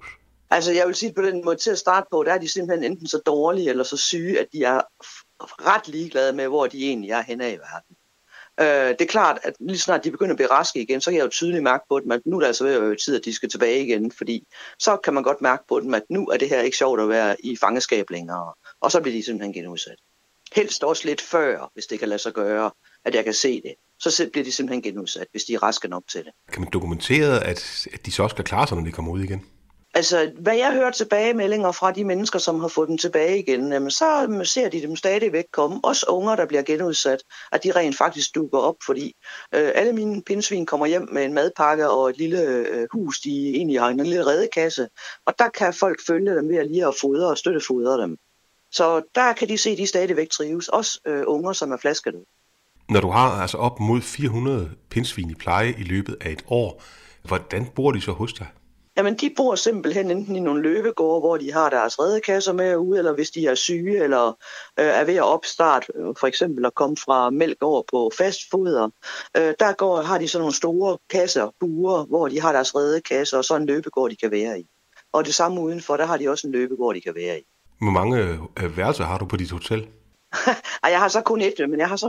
Altså, jeg vil sige på den måde til at starte på, der er de simpelthen enten så dårlige eller så syge, at de er ret ligeglade med, hvor de egentlig er henne i verden. Det er klart, at lige snart de begynder at blive raske igen, så kan jeg jo tydeligt mærke på dem, at nu er det altså ved at være tid, at de skal tilbage igen, fordi så kan man godt mærke på dem, at nu er det her ikke sjovt at være i fangeskab længere, og så bliver de simpelthen genudsat. Helst også lidt før, hvis det kan lade sig gøre, at jeg kan se det. Så bliver de simpelthen genudsat, hvis de er raske nok til det. Kan man dokumentere, at de så også skal klare sig, når de kommer ud igen? Altså, hvad jeg hører tilbagemeldinger fra de mennesker, som har fået dem tilbage igen, jamen, så ser de dem stadigvæk komme. Også unger, der bliver genudsat, at de rent faktisk dukker op, fordi alle mine pindsvin kommer hjem med en madpakke og et lille hus, de egentlig har en lille redekasse. Og der kan folk følge dem ved at lige at fodre og støttefodre dem. Så der kan de se, at de stadigvæk trives. Også unger, som er flaskedøde. Når du har altså op mod 400 pindsvin i pleje i løbet af et år, hvordan bor de så hos dig? Jamen, de bor simpelthen enten i nogle løbegårde, hvor de har deres redekasser med ud, eller hvis de er syge, eller er ved at opstarte, for eksempel at komme fra mælk over på fastfoder. Har de sådan nogle store kasser, buer, hvor de har deres redekasser, og så en løbegård, de kan være i. Og det samme udenfor, der har de også en løbegård, de kan være i. Hvor mange værelser har du på dit hotel? Jeg har så kun et, men jeg har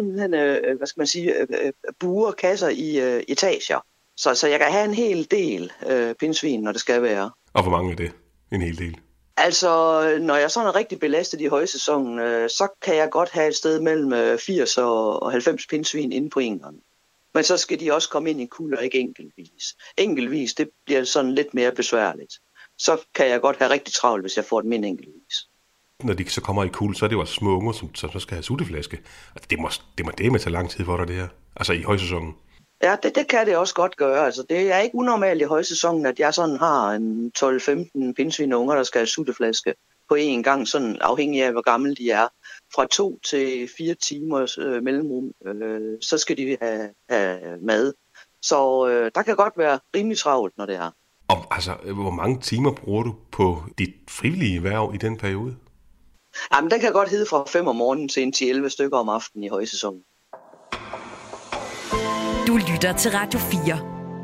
sådan buer, kasser i etager. Så jeg kan have en hel del pindsvin, når det skal være. Og hvor mange er det? En hel del? Altså, når jeg sådan er rigtig belastet i højsæsonen, så kan jeg godt have et sted mellem 80 og 90 pindsvin inde på en gang. Men så skal de også komme ind i kulder, ikke enkeltvis. Enkeltvis, det bliver sådan lidt mere besværligt. Så kan jeg godt have rigtig travlt, hvis jeg får dem ind enkeltvis. Når de så kommer i kul, så er det jo også små unger, som så skal have sutteflaske. Det må tage lang tid for dig, det her. Altså i højsæsonen. Ja, det kan det også godt gøre. Altså, det er ikke unormalt i højsæsonen, at jeg sådan har en 12-15 pindsvinunger, der skal have sutteflaske på én gang, sådan afhængig af, hvor gamle de er. Fra 2 til 4 timers mellemrum, så skal de have mad. Så der kan godt være rimelig travlt, når det er. Og altså, hvor mange timer bruger du på dit frivillige hverv i den periode? Jamen, den kan godt hedde fra 5 om morgenen til 11 stykker om aftenen i højsæsonen. Du lytter til Radio 4.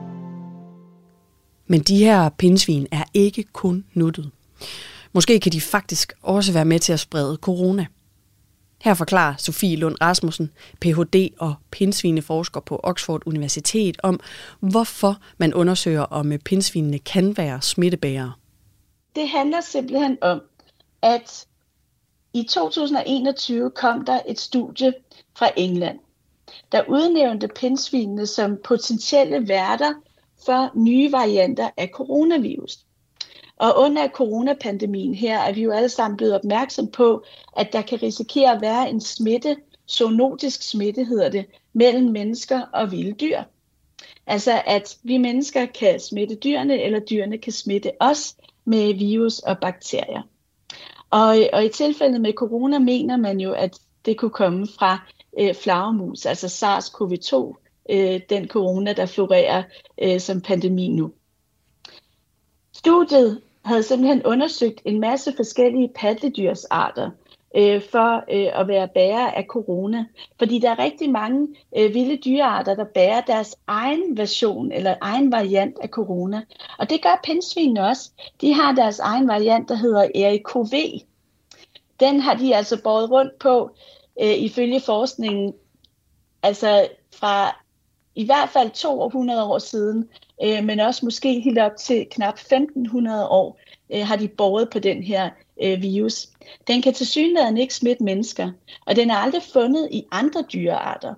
Men de her pindsvin er ikke kun nuttet. Måske kan de faktisk også være med til at sprede corona. Her forklarer Sofie Lund Rasmussen, Ph.D. og pindsvineforsker på Oxford Universitet, om hvorfor man undersøger, om pindsvinene kan være smittebærere. Det handler simpelthen om, at i 2021 kom der et studie fra England, der udnævnte pindsvinene som potentielle værter for nye varianter af coronavirus. Og under coronapandemien her er vi jo alle sammen blevet opmærksom på, at der kan risikere at være en smitte, zoonotisk smitte hedder det, mellem mennesker og vilde dyr. Altså at vi mennesker kan smitte dyrene, eller dyrene kan smitte os med virus og bakterier. Og i tilfældet med corona mener man jo, at det kunne komme fra flagermus, altså SARS-CoV-2, den corona, der florerer som pandemi nu. Studiet havde simpelthen undersøgt en masse forskellige pattedyrsarter for at være bærer af corona. Fordi der er rigtig mange vilde dyrearter, der bærer deres egen version eller egen variant af corona. Og det gør pindsvinene også. De har deres egen variant, der hedder ERICOV. Den har de altså båret rundt på ifølge forskningen, altså fra i hvert fald 200 år siden, men også måske helt op til knap 1500 år, har de båret på den her virus. Den kan tilsyneladende ikke smitte mennesker, og den er aldrig fundet i andre dyrearter.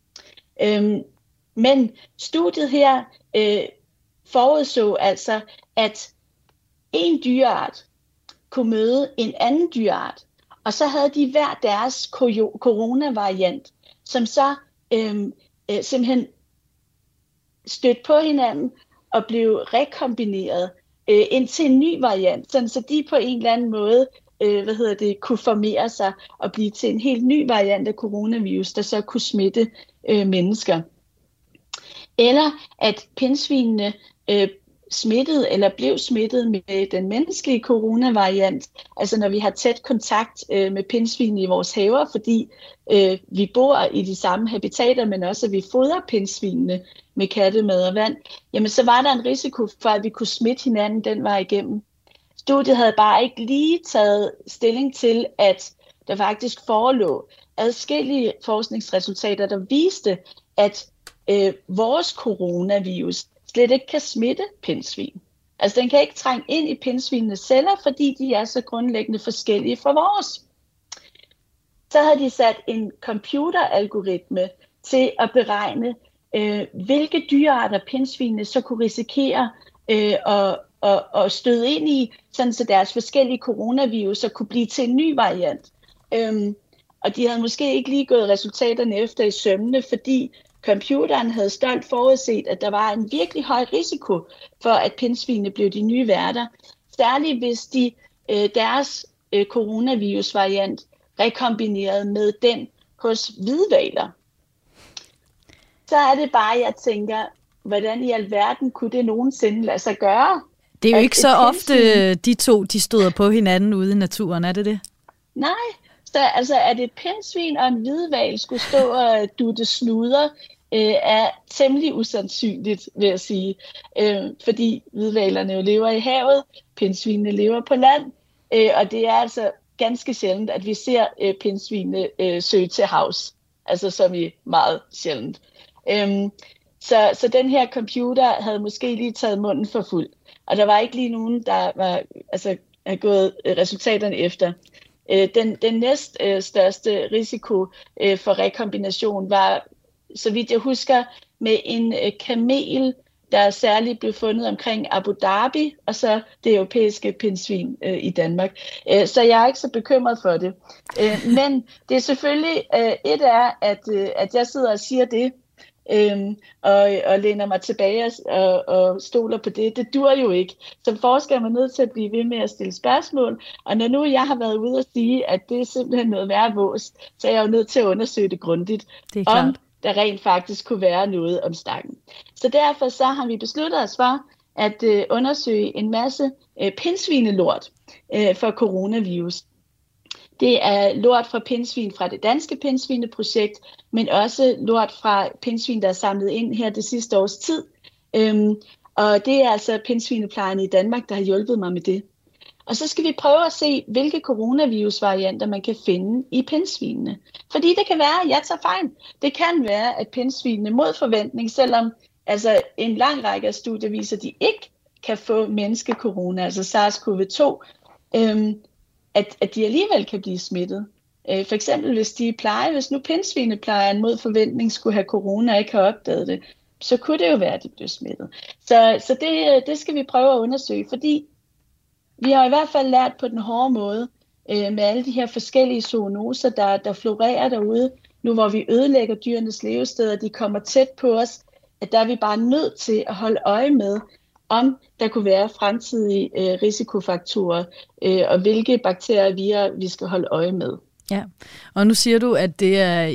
Men studiet her forudså altså, at en dyreart kunne møde en anden dyreart, og så havde de hver deres coronavariant, som så simpelthen stødte på hinanden og blev rekombineret indtil en ny variant, sådan så de på en eller anden måde kunne formere sig og blive til en helt ny variant af coronavirus, der så kunne smitte mennesker. Eller at pindsvinene smittet eller blev smittet med den menneskelige coronavariant, altså når vi har tæt kontakt med pindsvin i vores haver, fordi vi bor i de samme habitater, men også at vi fodrer pindsvinene med kattemad og vand, jamen så var der en risiko for, at vi kunne smitte hinanden den vej igennem. Studiet havde bare ikke lige taget stilling til, at der faktisk forelå adskillige forskningsresultater, der viste, at vores coronavirus slet ikke kan smitte pindsvin. Altså den kan ikke trænge ind i pindsvinenes celler, fordi de er så grundlæggende forskellige fra vores. Så havde de sat en computeralgoritme til at beregne, hvilke dyrearter pindsvinene så kunne risikere at støde ind i, sådan så deres forskellige coronaviruser kunne blive til en ny variant. Og de havde måske ikke lige gået resultaterne efter i sømmene, fordi computeren havde stolt forudset, at der var en virkelig høj risiko for, at pindsvinene blev de nye værter. Særligt hvis deres coronavirusvariant rekombinerede med den hos hvidhvaler. Så er det bare, jeg tænker, hvordan i alverden kunne det nogensinde lade sig gøre? Det er jo ikke så ofte, de to de støder på hinanden ude i naturen, er det det? Nej, så altså, at et pindsvin og en hvidhval skulle stå og dutte snuder, er temmelig usandsynligt, vil jeg sige. Fordi hvidhvalerne jo lever i havet, pindsvinene lever på land, og det er altså ganske sjældent, at vi ser pindsvinene søge til havs. Altså som i meget sjældent. Så den her computer havde måske lige taget munden for fuld. Og der var ikke lige nogen, der var havde gået resultaterne efter. Den næst største risiko for rekombination var, så vidt jeg husker, med en kamel, der særligt blev fundet omkring Abu Dhabi, og så det europæiske pindsvin i Danmark. Så jeg er ikke så bekymret for det. Men det er selvfølgelig, et er, at jeg sidder og siger det, og læner mig tilbage og stoler på det. Det dur jo ikke. Som forsker er man nødt til at blive ved med at stille spørgsmål, og når nu jeg har været ude og sige, at det er simpelthen noget værre vås, så er jeg jo nødt til at undersøge det grundigt, om der rent faktisk kunne være noget om stakken. Så derfor så har vi besluttet os for at undersøge en masse pindsvinelort for coronavirus. Det er lort fra pindsvin fra det danske pindsvineprojekt, men også lort fra pindsvin, der er samlet ind her det sidste års tid. Og det er altså pindsvineplejerne i Danmark, der har hjulpet mig med det. Og så skal vi prøve at se, hvilke coronavirusvarianter man kan finde i pindsvinene. Fordi det kan være, jeg tager fejl. Det kan være, at pindsvinene mod forventning, selvom altså en lang række af studier viser, at de ikke kan få menneskekorona, altså SARS-CoV-2, at de alligevel kan blive smittet. For eksempel hvis nu pindsvineplejeren mod forventning skulle have corona og ikke har opdaget det, så kunne det jo være, at de blev smittet. Så det skal vi prøve at undersøge, fordi vi har i hvert fald lært på den hårde måde med alle de her forskellige zoonoser, der florerer derude, nu hvor vi ødelægger dyrenes levesteder, de kommer tæt på os, at der er vi bare nødt til at holde øje med, om der kunne være fremtidige risikofaktorer, og hvilke bakterier og virer vi skal holde øje med. Ja, og nu siger du, at det er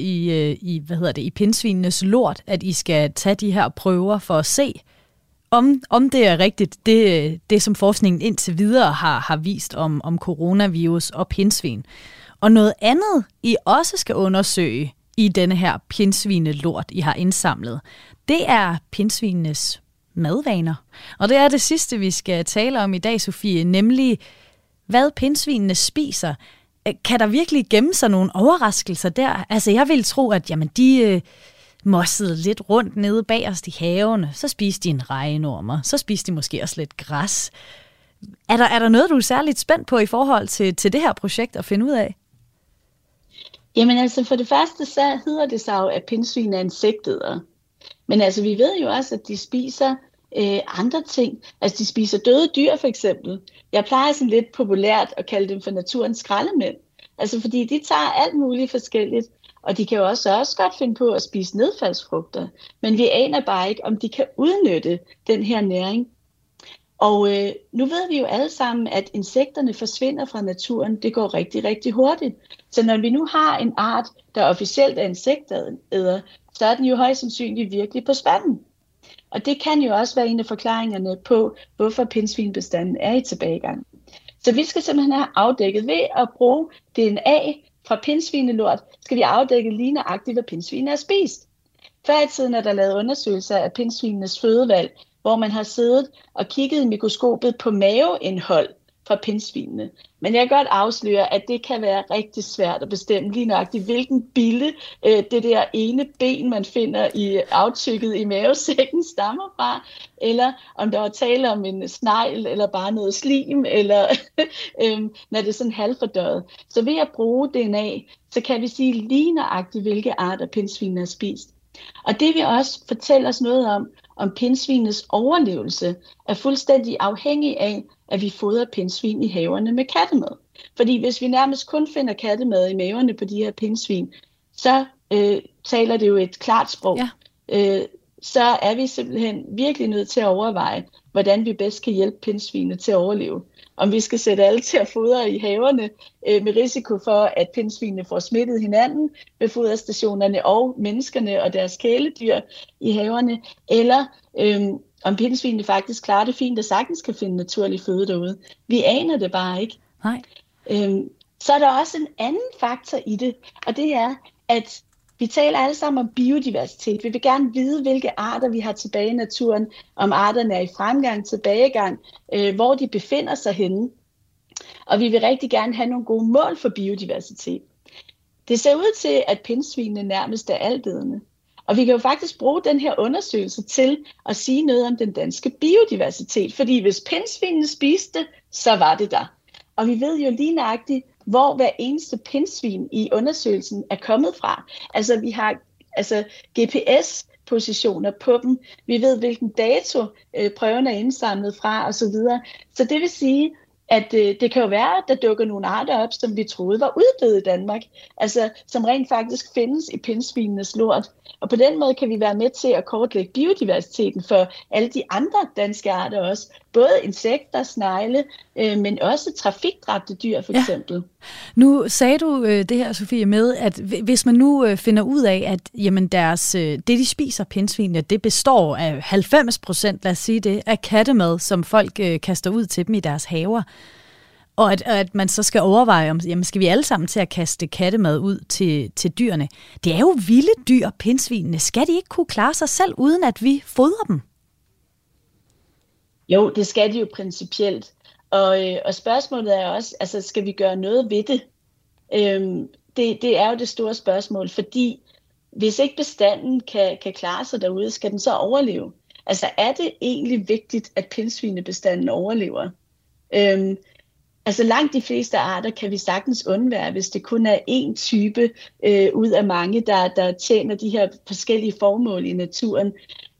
i pindsvinenes lort, at I skal tage de her prøver for at se, om det er rigtigt, det som forskningen indtil videre har vist om coronavirus og pindsvin. Og noget andet, I også skal undersøge i denne her pindsvinelort, I har indsamlet, det er pindsvinenes madvaner. Og det er det sidste, vi skal tale om i dag, Sofie, nemlig hvad pindsvinene spiser. Kan der virkelig gemme sig nogle overraskelser der? Altså jeg vil tro, at de mossede lidt rundt nede bagerst i haven, så spiste de en regnorm, så spiste de måske også lidt græs. Er der noget, du er særligt spændt på i forhold til det her projekt at finde ud af? Jamen altså for det første, så hedder det sig jo, at pindsvin er insektædere. Men altså vi ved jo også, at de spiser andre ting. Altså de spiser døde dyr for eksempel. Jeg plejer sådan lidt populært at kalde dem for naturens skraldemænd. Altså fordi de tager alt muligt forskelligt. Og de kan jo også godt finde på at spise nedfaldsfrugter. Men vi aner bare ikke, om de kan udnytte den her næring. Og nu ved vi jo alle sammen, at insekterne forsvinder fra naturen. Det går rigtig, rigtig hurtigt. Så når vi nu har en art, der officielt er insektæder, så er den jo højst sandsynligt virkelig på spanden. Og det kan jo også være en af forklaringerne på, hvorfor pindsvinbestanden er i tilbagegang. Så vi skal simpelthen have afdækket ved at bruge DNA fra pindsvinelort, skal vi afdække lige nøjagtigt, hvad pindsvinene er spist. Før i tiden er der lavet undersøgelser af pindsvinenes fødevalg, hvor man har siddet og kigget i mikroskopet på maveindhold fra pindsvinene. Men jeg kan godt afsløre, at det kan være rigtig svært at bestemme lige nøjagtigt, hvilken bille det der ene ben, man finder i aftykket i mavesækken, stammer fra, eller om der er tale om en snegl, eller bare noget slim, eller når det er sådan halvfordøjet. Så ved at bruge DNA, så kan vi sige lige nøjagtigt, hvilke arter pindsvinene har spist. Og det vil også fortælle os noget om pindsvinenes overlevelse er fuldstændig afhængig af, at vi fodrer pindsvin i haverne med kattemad. Fordi hvis vi nærmest kun finder kattemad i maverne på de her pindsvin, så taler det jo et klart sprog. Ja. Så er vi simpelthen virkelig nødt til at overveje, hvordan vi bedst kan hjælpe pindsvinene til at overleve. Om vi skal sætte alle til at fodre i haverne med risiko for, at pindsvinene får smittet hinanden ved foderstationerne og menneskerne og deres kæledyr i haverne, eller om pindsvinene faktisk klarer det fint og sagtens kan finde naturlig føde derude. Vi aner det bare ikke. Nej. Så er der også en anden faktor i det, og det er, at vi taler alle sammen om biodiversitet. Vi vil gerne vide, hvilke arter vi har tilbage i naturen, om arterne er i fremgang, tilbagegang, hvor de befinder sig henne. Og vi vil rigtig gerne have nogle gode mål for biodiversitet. Det ser ud til, at pindsvinene nærmest er altædende. Og vi kan jo faktisk bruge den her undersøgelse til at sige noget om den danske biodiversitet. Fordi hvis pindsvinene spiste, så var det der. Og vi ved jo lige nøjagtigt, hvor hver eneste pindsvin i undersøgelsen er kommet fra. Altså vi har GPS-positioner på dem. Vi ved, hvilken dato prøven er indsamlet fra osv. Så det vil sige, at det kan jo være, at der dukker nogle arter op, som vi troede var uddøde i Danmark. Altså som rent faktisk findes i pindsvinenes lort. Og på den måde kan vi være med til at kortlægge biodiversiteten for alle de andre danske arter også. Både insekter, snegle, men også trafikdræbte dyr for eksempel. Ja. Nu sagde du det her, Sofie, med, at hvis man nu finder ud af, at jamen det de spiser pindsvinene, det består af 90%, lad os sige det, af kattemad, som folk kaster ud til dem i deres haver. Og at man så skal overveje, om jamen, skal vi alle sammen til at kaste kattemad ud til dyrene. Det er jo vilde dyr, pindsvinene. Skal de ikke kunne klare sig selv, uden at vi fodrer dem? Jo, det skal de jo principielt. Og spørgsmålet er også, altså skal vi gøre noget ved det? Det er jo det store spørgsmål, fordi hvis ikke bestanden kan klare sig derude, skal den så overleve? Altså er det egentlig vigtigt, at pindsvinebestanden overlever? Altså langt de fleste arter kan vi sagtens undvære, hvis det kun er én type ud af mange, der tjener de her forskellige formål i naturen.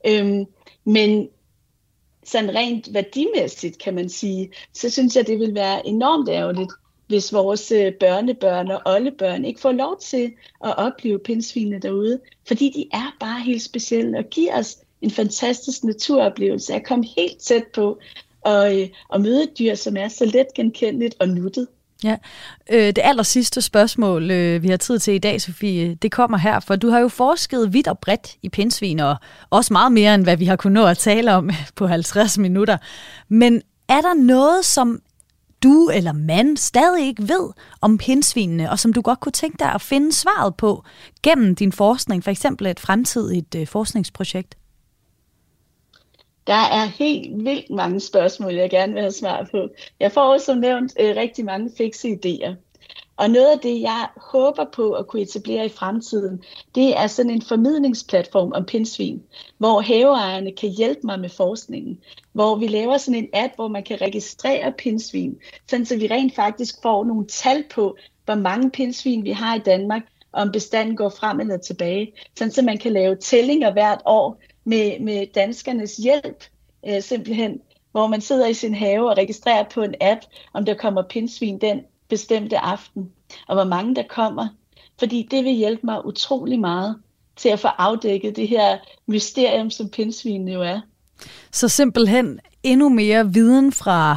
Men sådan rent værdimæssigt, kan man sige, så synes jeg, det vil være enormt ærgerligt, hvis vores børnebørn og oldebørn ikke får lov til at opleve pindsvinene derude. Fordi de er bare helt specielle og giver os en fantastisk naturoplevelse at komme helt tæt på og møde et dyr, som er så let genkendeligt og nuttet. Ja, det aller sidste spørgsmål, vi har tid til i dag, Sofie, det kommer her, for du har jo forsket vidt og bredt i pindsvin, og også meget mere, end hvad vi har kunnet nå at tale om på 50 minutter. Men er der noget, som du eller man stadig ikke ved om pindsvinene, og som du godt kunne tænke dig at finde svaret på gennem din forskning, for eksempel et fremtidigt forskningsprojekt? Der er helt vildt mange spørgsmål, jeg gerne vil have svar på. Jeg får også som nævnt rigtig mange fikse idéer. Og noget af det, jeg håber på at kunne etablere i fremtiden, det er sådan en formidlingsplatform om pindsvin, hvor haveejerne kan hjælpe mig med forskningen. Hvor vi laver sådan en app, hvor man kan registrere pindsvin, sådan så vi rent faktisk får nogle tal på, hvor mange pindsvin vi har i Danmark, og om bestanden går frem eller tilbage. Sådan så man kan lave tællinger hvert år, med danskernes hjælp, simpelthen, hvor man sidder i sin have og registrerer på en app, om der kommer pindsvin den bestemte aften, og hvor mange der kommer. Fordi det vil hjælpe mig utrolig meget til at få afdækket det her mysterium, som pindsvinene jo er. Så simpelthen endnu mere viden fra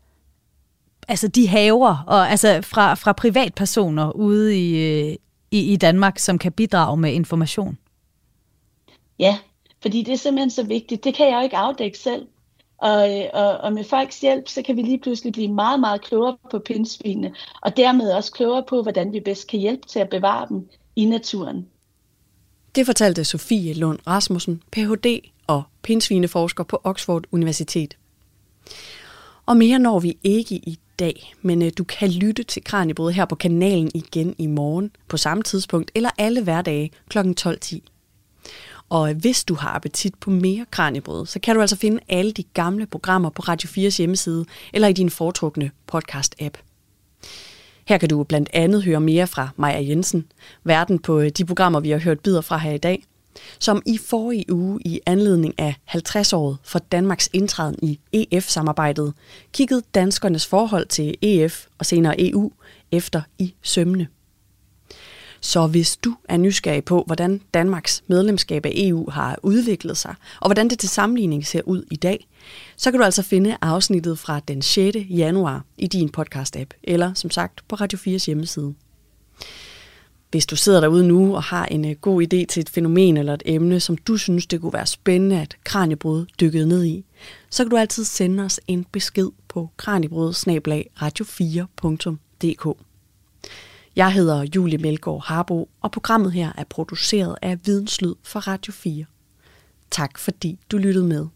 altså de haver, og altså fra privatpersoner ude i Danmark, som kan bidrage med information? Ja. Fordi det er simpelthen så vigtigt. Det kan jeg jo ikke afdække selv. Og med folks hjælp, så kan vi lige pludselig blive meget, meget klogere på pindsvinene. Og dermed også klogere på, hvordan vi bedst kan hjælpe til at bevare dem i naturen. Det fortalte Sofie Lund Rasmussen, Ph.D. og pindsvineforsker på Oxford Universitet. Og mere når vi ikke i dag, men du kan lytte til Kraniebrud her på kanalen igen i morgen på samme tidspunkt, eller alle hverdage kl. 12:10. Og hvis du har appetit på mere Kraniebrud, så kan du altså finde alle de gamle programmer på Radio 4's hjemmeside eller i din foretrukne podcast-app. Her kan du blandt andet høre mere fra Maja Jensen, værten på de programmer, vi har hørt bidder fra her i dag, som i forrige uge i anledning af 50-året for Danmarks indtræden i EF-samarbejdet, kiggede danskernes forhold til EF og senere EU efter i sømmene. Så hvis du er nysgerrig på, hvordan Danmarks medlemskab af EU har udviklet sig, og hvordan det til sammenligning ser ud i dag, så kan du altså finde afsnittet fra den 6. januar i din podcast-app, eller som sagt på Radio 4's hjemmeside. Hvis du sidder derude nu og har en god idé til et fænomen eller et emne, som du synes, det kunne være spændende, at Kraniebrud dykkede ned i, så kan du altid sende os en besked på kraniebrud@radio4.dk. Jeg hedder Julie Melgaard Harbo, og programmet her er produceret af Videnslyd for Radio 4. Tak fordi du lyttede med.